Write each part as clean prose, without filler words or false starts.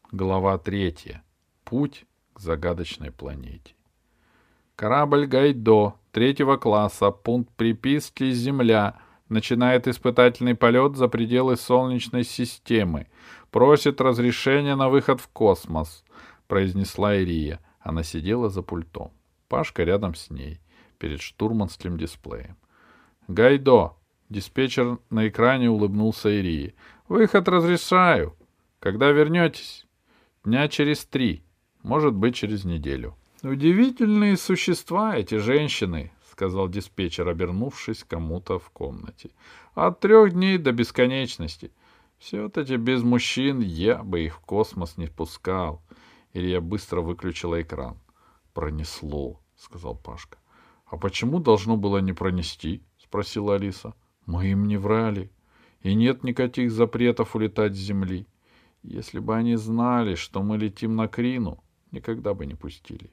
Глава 3. Путь к загадочной планете. Корабль Гайдо 3-го класса, пункт приписки «Земля», начинает испытательный полет за пределы Солнечной системы. Просит разрешения на выход в космос, произнесла Ирия. Она сидела за пультом. Пашка рядом с ней, перед штурманским дисплеем. «Гайдо!» Диспетчер на экране улыбнулся Ирии. «Выход разрешаю. Когда вернетесь?» «Дня через 3, может быть, через неделю». «Удивительные существа эти женщины», — сказал диспетчер, обернувшись кому-то в комнате. «От 3 дней до бесконечности. Все-таки без мужчин я бы их в космос не пускал». Илья быстро выключила экран. «Пронесло», — сказал Пашка. «А почему должно было не пронести?» — спросила Алиса. «Мы им не врали. И нет никаких запретов улетать с Земли. Если бы они знали, что мы летим на Крину, никогда бы не пустили».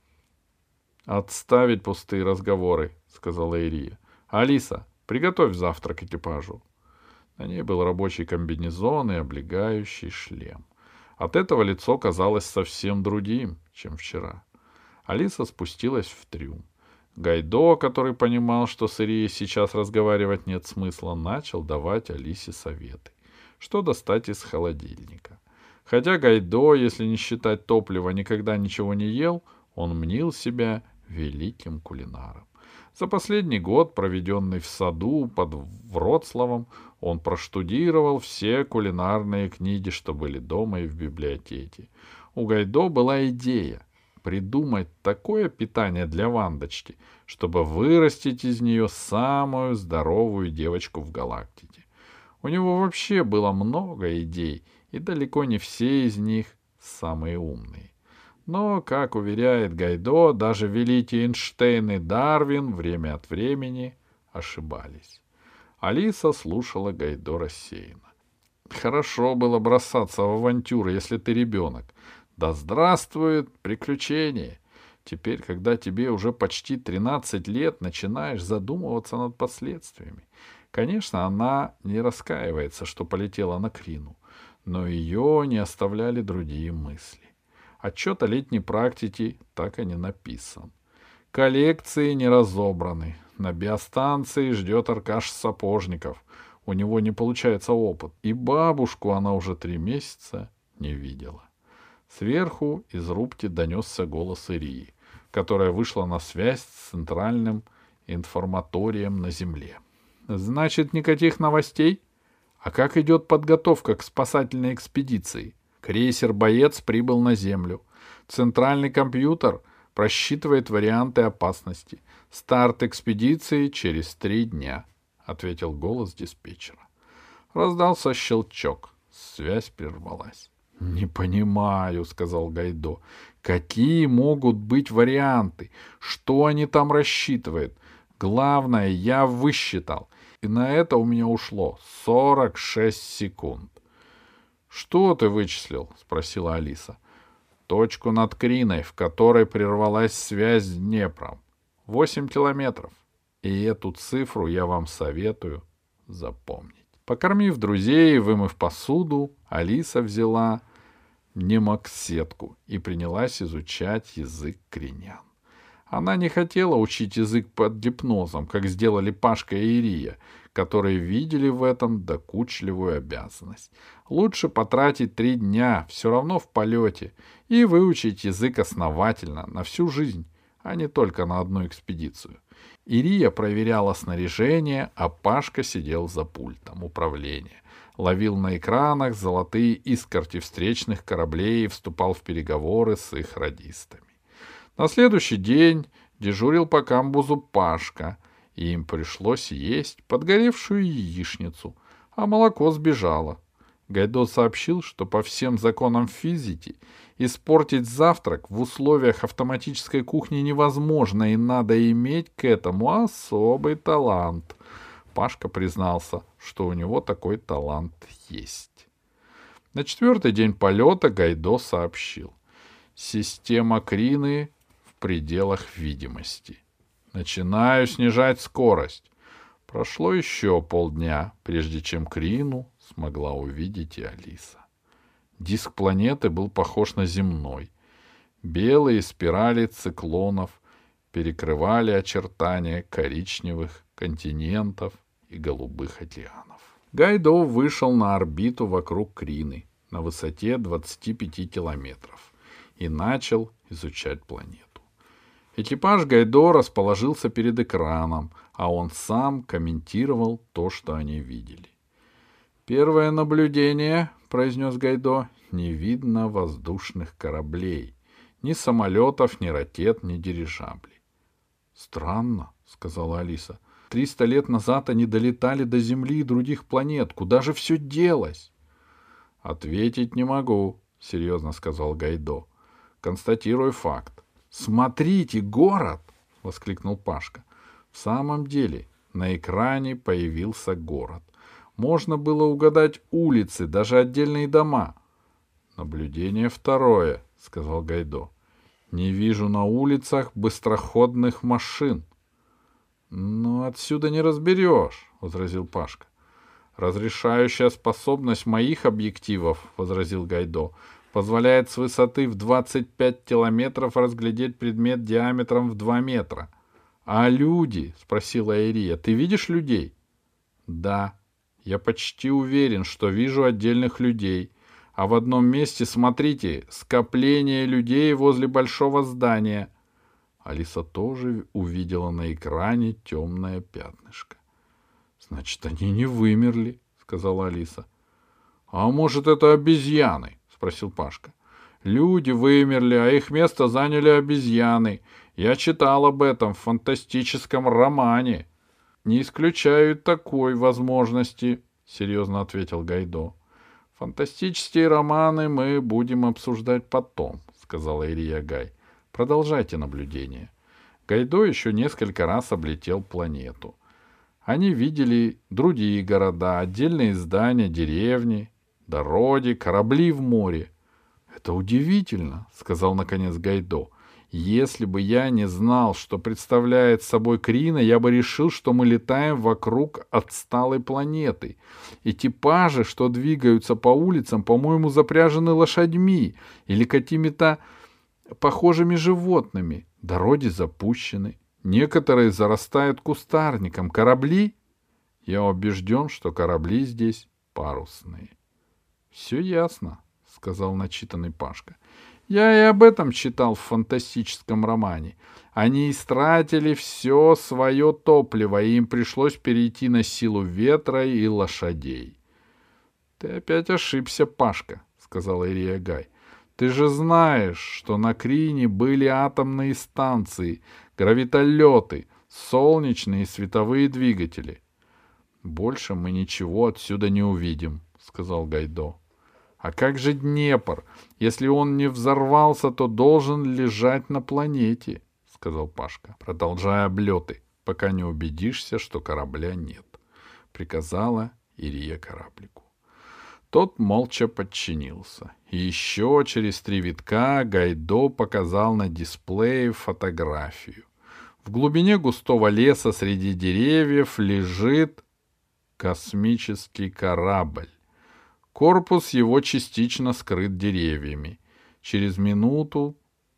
«Отставить пустые разговоры», — сказала Ирия. «Алиса, приготовь завтрак экипажу». На ней был рабочий комбинезон и облегающий шлем. От этого лицо казалось совсем другим, чем вчера. Алиса спустилась в трюм. Гайдо, который понимал, что с Ирией сейчас разговаривать нет смысла, начал давать Алисе советы, что достать из холодильника. Хотя Гайдо, если не считать топлива, никогда ничего не ел, он мнил себя великим кулинаром. За последний год, проведенный в саду под Вроцлавом, он проштудировал все кулинарные книги, что были дома и в библиотеке. У Гайдо была идея придумать такое питание для Вандочки, чтобы вырастить из нее самую здоровую девочку в галактике. У него вообще было много идей, и далеко не все из них самые умные. Но, как уверяет Гайдо, даже великие Эйнштейн и Дарвин время от времени ошибались. Алиса слушала Гайдо рассеянно. Хорошо было бросаться в авантюры, если ты ребенок. Да здравствует приключение! Теперь, когда тебе уже почти 13 лет, начинаешь задумываться над последствиями. Конечно, она не раскаивается, что полетела на Крину, но ее не оставляли другие мысли. Отчет о летней практике так и не написан. Коллекции не разобраны. На биостанции ждет Аркаш Сапожников. У него не получается опыт. И бабушку она уже 3 месяца не видела. Сверху из рубки донесся голос Ирии, которая вышла на связь с центральным информаторием на Земле. «Значит, никаких новостей? А как идет подготовка к спасательной экспедиции?» Крейсер «Боец» прибыл на Землю. Центральный компьютер просчитывает варианты опасности. Старт экспедиции через 3 дня, — ответил голос диспетчера. Раздался щелчок. Связь прервалась. — Не понимаю, — сказал Гайдо. — Какие могут быть варианты? Что они там рассчитывают? Главное, я высчитал. И на это у меня ушло 46 секунд. «Что ты вычислил?» — спросила Алиса. «Точку над Криной, в которой прервалась связь с Днепром. 8 километров. И эту цифру я вам советую запомнить». Покормив друзей и вымыв посуду, Алиса взяла немоксетку и принялась изучать язык кринян. Она не хотела учить язык под гипнозом, как сделали Пашка и Ирия, которые видели в этом докучливую обязанность. Лучше потратить 3 дня, все равно в полете, и выучить язык основательно, на всю жизнь, а не только на одну экспедицию. Ирия проверяла снаряжение, а Пашка сидел за пультом управления. Ловил на экранах золотые искорки встречных кораблей и вступал в переговоры с их радистами. На следующий день дежурил по камбузу Пашка, и им пришлось есть подгоревшую яичницу, а молоко сбежало. Гайдо сообщил, что по всем законам физики испортить завтрак в условиях автоматической кухни невозможно, и надо иметь к этому особый талант. Пашка признался, что у него такой талант есть. На 4-й день полета Гайдо сообщил: система Крины в пределах видимости. Начинаю снижать скорость. Прошло еще полдня, прежде чем Крину смогла увидеть и Алиса. Диск планеты был похож на земной. Белые спирали циклонов перекрывали очертания коричневых континентов и голубых океанов. Гайдо вышел на орбиту вокруг Крины на высоте 25 километров и начал изучать планету. Экипаж Гайдо расположился перед экраном, а он сам комментировал то, что они видели. «Первое наблюдение», — произнес Гайдо, — «не видно воздушных кораблей, ни самолетов, ни ракет, ни дирижаблей». «Странно», — сказала Алиса. 300 лет назад они долетали до Земли и других планет. Куда же все делось?» «Ответить не могу», — серьезно сказал Гайдо. «Констатирую факт». «Смотрите, город!» — воскликнул Пашка. В самом деле на экране появился город. Можно было угадать улицы, даже отдельные дома. «Наблюдение второе», — сказал Гайдо. «Не вижу на улицах быстроходных машин». «Ну, отсюда не разберешь», — возразил Пашка. «Разрешающая способность моих объективов, — возразил Гайдо, — позволяет с высоты в 25 километров разглядеть предмет диаметром в 2 метра. А люди, — спросила Айрия, — ты видишь людей?» «Да, я почти уверен, что вижу отдельных людей. А в одном месте, смотрите, скопление людей возле большого здания». Алиса тоже увидела на экране темное пятнышко. «Значит, они не вымерли», — сказала Алиса. «А может, это обезьяны?» — спросил Пашка. «Люди вымерли, а их место заняли обезьяны. Я читал об этом в фантастическом романе». «Не исключаю такой возможности», — серьезно ответил Гайдо. «Фантастические романы мы будем обсуждать потом», — сказала Ирия Гай. «Продолжайте наблюдение». Гайдо еще несколько раз облетел планету. Они видели другие города, отдельные здания, деревни, дороги, корабли в море. «Это удивительно», — сказал наконец Гайдо. «Если бы я не знал, что представляет собой Крина, я бы решил, что мы летаем вокруг отсталой планеты. Экипажи, что двигаются по улицам, по-моему, запряжены лошадьми или какими-то похожими животными. Дороги запущены. Некоторые зарастают кустарником. Корабли? Я убежден, что корабли здесь парусные». «Все ясно», — сказал начитанный Пашка. «Я и об этом читал в фантастическом романе. Они истратили все свое топливо, и им пришлось перейти на силу ветра и лошадей». «Ты опять ошибся, Пашка», — сказала Ирия Гай. «Ты же знаешь, что на Крине были атомные станции, гравитолеты, солнечные и световые двигатели». «Больше мы ничего отсюда не увидим», — сказал Гайдо. «А как же Днепр? Если он не взорвался, то должен лежать на планете», — сказал Пашка. «Продолжай облеты, пока не убедишься, что корабля нет», — приказала Ирия кораблику. Тот молча подчинился. И еще через 3 витка Гайдо показал на дисплее фотографию. В глубине густого леса среди деревьев лежит космический корабль. Корпус его частично скрыт деревьями. Через минуту,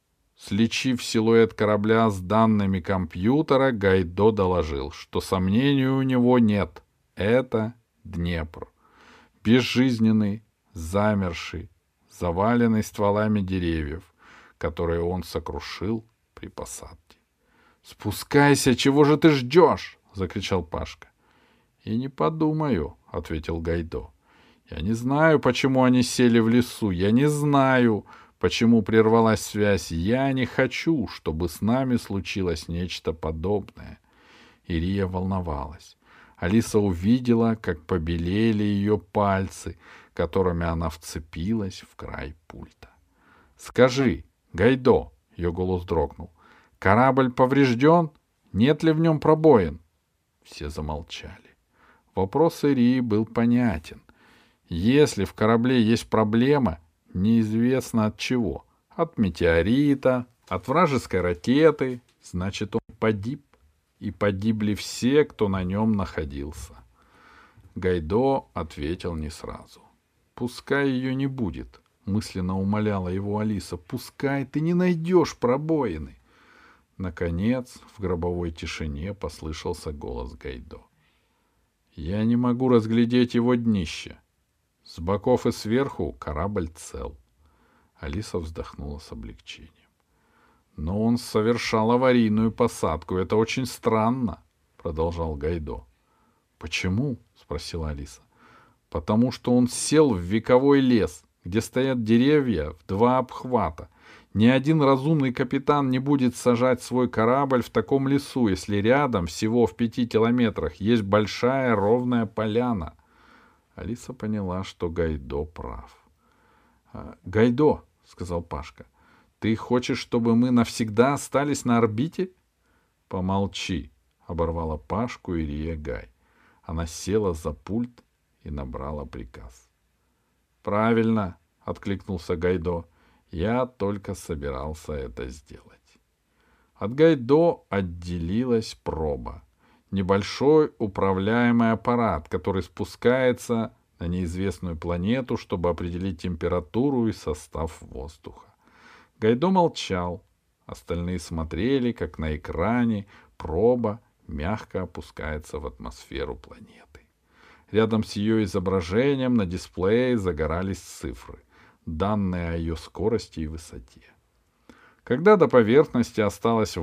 сличив силуэт корабля с данными компьютера, Гайдо доложил, что сомнений у него нет. Это Днепр. Безжизненный, замерший, заваленный стволами деревьев, которые он сокрушил при посадке. «Спускайся, чего же ты ждешь?» — закричал Пашка. «И не подумаю», — ответил Гайдо. «Я не знаю, почему они сели в лесу. Я не знаю, почему прервалась связь. Я не хочу, чтобы с нами случилось нечто подобное». Ирия волновалась. Алиса увидела, как побелели ее пальцы, которыми она вцепилась в край пульта. «Скажи, Гайдо», — ее голос дрогнул, — «корабль поврежден? Нет ли в нем пробоин?» Все замолчали. Вопрос Ирии был понятен. Если в корабле есть проблема, неизвестно от чего, от метеорита, от вражеской ракеты, значит, он погиб. И погибли все, кто на нем находился. Гайдо ответил не сразу. «Пускай ее не будет», мысленно умоляла его Алиса. Пускай ты не найдешь пробоины. Наконец, в гробовой тишине послышался голос Гайдо. Я не могу разглядеть его днище. С боков и сверху корабль цел. Алиса вздохнула с облегчением. Но он совершал аварийную посадку. Это очень странно, продолжал Гайдо. Почему? Спросила Алиса. Потому что он сел в вековой лес, где стоят деревья в 2 обхвата. Ни один разумный капитан не будет сажать свой корабль в таком лесу, если рядом, всего в 5 километрах, есть большая ровная поляна. Алиса поняла, что Гайдо прав. — Гайдо, — сказал Пашка, — ты хочешь, чтобы мы навсегда остались на орбите? — Помолчи, — оборвала Пашку Ирия Гай. Она села за пульт и набрала приказ. — Правильно, — откликнулся Гайдо. Я только собирался это сделать. От Гайдо отделилась проба. Небольшой управляемый аппарат, который спускается на неизвестную планету, чтобы определить температуру и состав воздуха. Гайдо молчал. Остальные смотрели, как на экране проба мягко опускается в атмосферу планеты. Рядом с ее изображением на дисплее загорались цифры, данные о ее скорости и высоте. Когда до поверхности осталось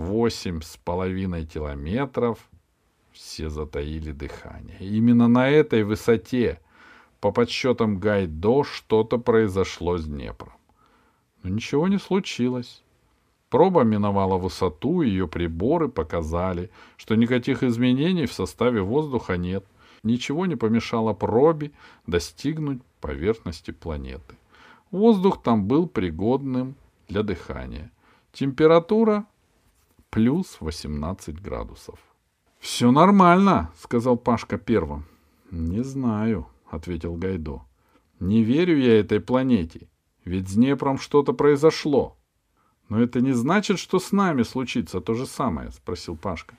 8,5 километров, все затаили дыхание. Именно на этой высоте, по подсчетам Гайдо, что-то произошло с Днепром. Но ничего не случилось. Проба миновала высоту, и ее приборы показали, что никаких изменений в составе воздуха нет. Ничего не помешало пробе достигнуть поверхности планеты. Воздух там был пригодным для дыхания. Температура плюс 18 градусов. — Все нормально, — сказал Пашка первым. — Не знаю, — ответил Гайдо. — Не верю я этой планете, ведь с Днепром что-то произошло. — Но это не значит, что с нами случится то же самое, — спросил Пашка.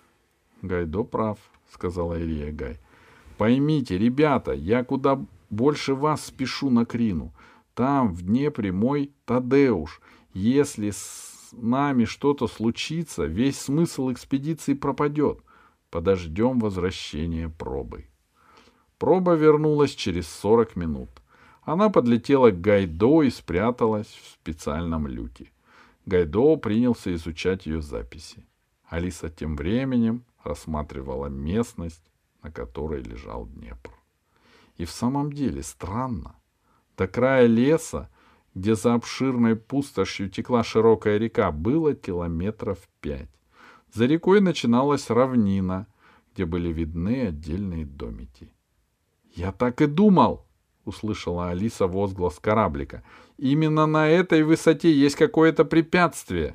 — Гайдо прав, — сказала Ирия Гай. — Поймите, ребята, я куда больше вас спешу на Крину. Там, в Днепре, мой Тадеуш. Если с нами что-то случится, весь смысл экспедиции пропадет. Подождем возвращения пробы. Проба вернулась через 40 минут. Она подлетела к Гайдо и спряталась в специальном люке. Гайдо принялся изучать ее записи. Алиса тем временем рассматривала местность, на которой лежал Днепр. И в самом деле странно. До края леса, где за обширной пустошью текла широкая река, было километров 5. За рекой начиналась равнина, где были видны отдельные домики. — Я так и думал! — услышала Алиса возглас кораблика. — Именно на этой высоте есть какое-то препятствие.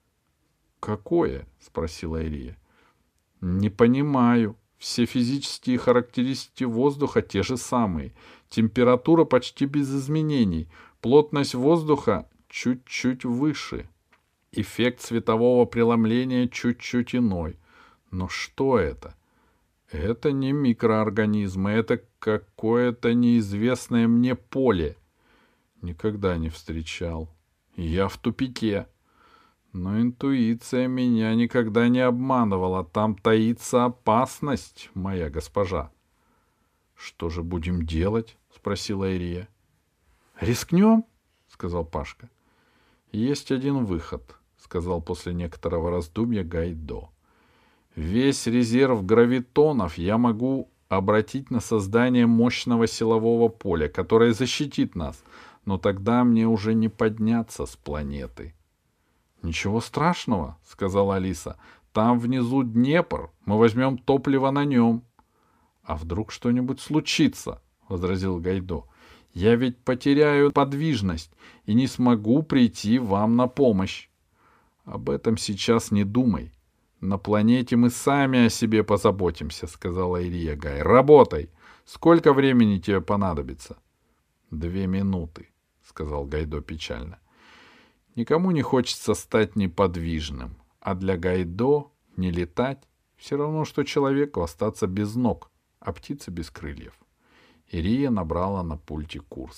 — Какое? — спросила Ирия. — Не понимаю. Все физические характеристики воздуха те же самые. Температура почти без изменений. Плотность воздуха чуть-чуть выше. Эффект светового преломления чуть-чуть иной. Но что это? Это не микроорганизмы, это какое-то неизвестное мне поле. Никогда не встречал. Я в тупике. Но интуиция меня никогда не обманывала. Там таится опасность, моя госпожа. — Что же будем делать? — спросила Ирия. — Рискнем? — сказал Пашка. — Есть один выход, — сказал после некоторого раздумья Гайдо. — Весь резерв гравитонов я могу обратить на создание мощного силового поля, которое защитит нас, но тогда мне уже не подняться с планеты. — Ничего страшного, — сказала Алиса. — Там внизу Днепр, мы возьмем топливо на нем. — А вдруг что-нибудь случится? — возразил Гайдо. — Я ведь потеряю подвижность и не смогу прийти вам на помощь. — Об этом сейчас не думай. На планете мы сами о себе позаботимся, — сказала Ирия Гай. — Работай. Сколько времени тебе понадобится? — 2 минуты, — сказал Гайдо печально. Никому не хочется стать неподвижным, а для Гайдо не летать все равно, что человеку остаться без ног, а птице без крыльев. Ирия набрала на пульте курс.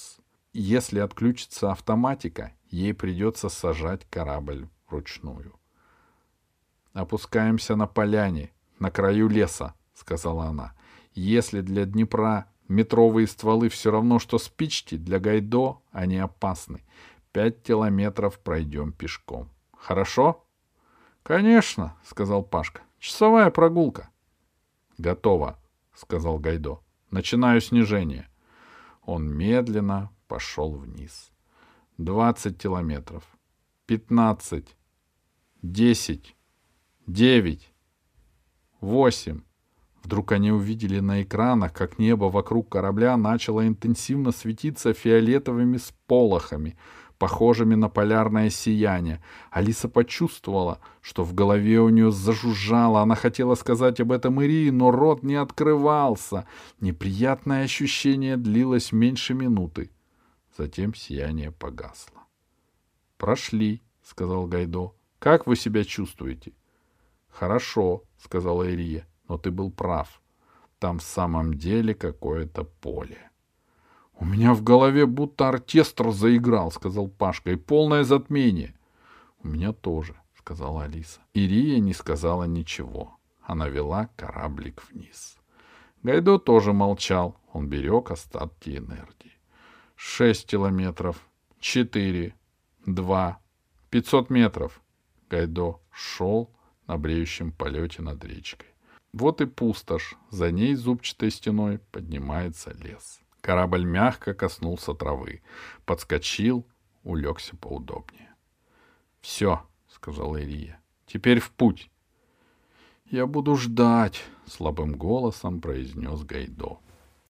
Если отключится автоматика, ей придется сажать корабль вручную. «Опускаемся на поляне, на краю леса», — сказала она. «Если для Днепра метровые стволы все равно, что спички, для Гайдо они опасны. 5 километров пройдем пешком. Хорошо?» «Конечно», — сказал Пашка. «Часовая прогулка». «Готово», — сказал Гайдо. «Начинаю снижение». Он медленно пошел вниз. 20 километров. 15. 10. 9. 8. Вдруг они увидели на экранах, как небо вокруг корабля начало интенсивно светиться фиолетовыми сполохами, похожими на полярное сияние. Алиса почувствовала, что в голове у нее зажужжало. Она хотела сказать об этом Ирии, но рот не открывался. Неприятное ощущение длилось меньше минуты. Затем сияние погасло. «Прошли», — сказал Гайдо. «Как вы себя чувствуете?» «Хорошо», — сказала Ирия, — «но ты был прав. Там в самом деле какое-то поле». «У меня в голове будто оркестр заиграл», — сказал Пашка, — «и полное затмение». «У меня тоже», — сказала Алиса. Ирия не сказала ничего. Она вела кораблик вниз. Гайдо тоже молчал. Он берег остатки энергии. 6 километров. 4. 2. 500 метров. Гайдо шел на бреющем полете над речкой. Вот и пустошь. За ней зубчатой стеной поднимается лес. Корабль мягко коснулся травы. Подскочил, улегся поудобнее. «Все», — сказала Ирия, — «теперь в путь». «Я буду ждать», — слабым голосом произнес Гайдо.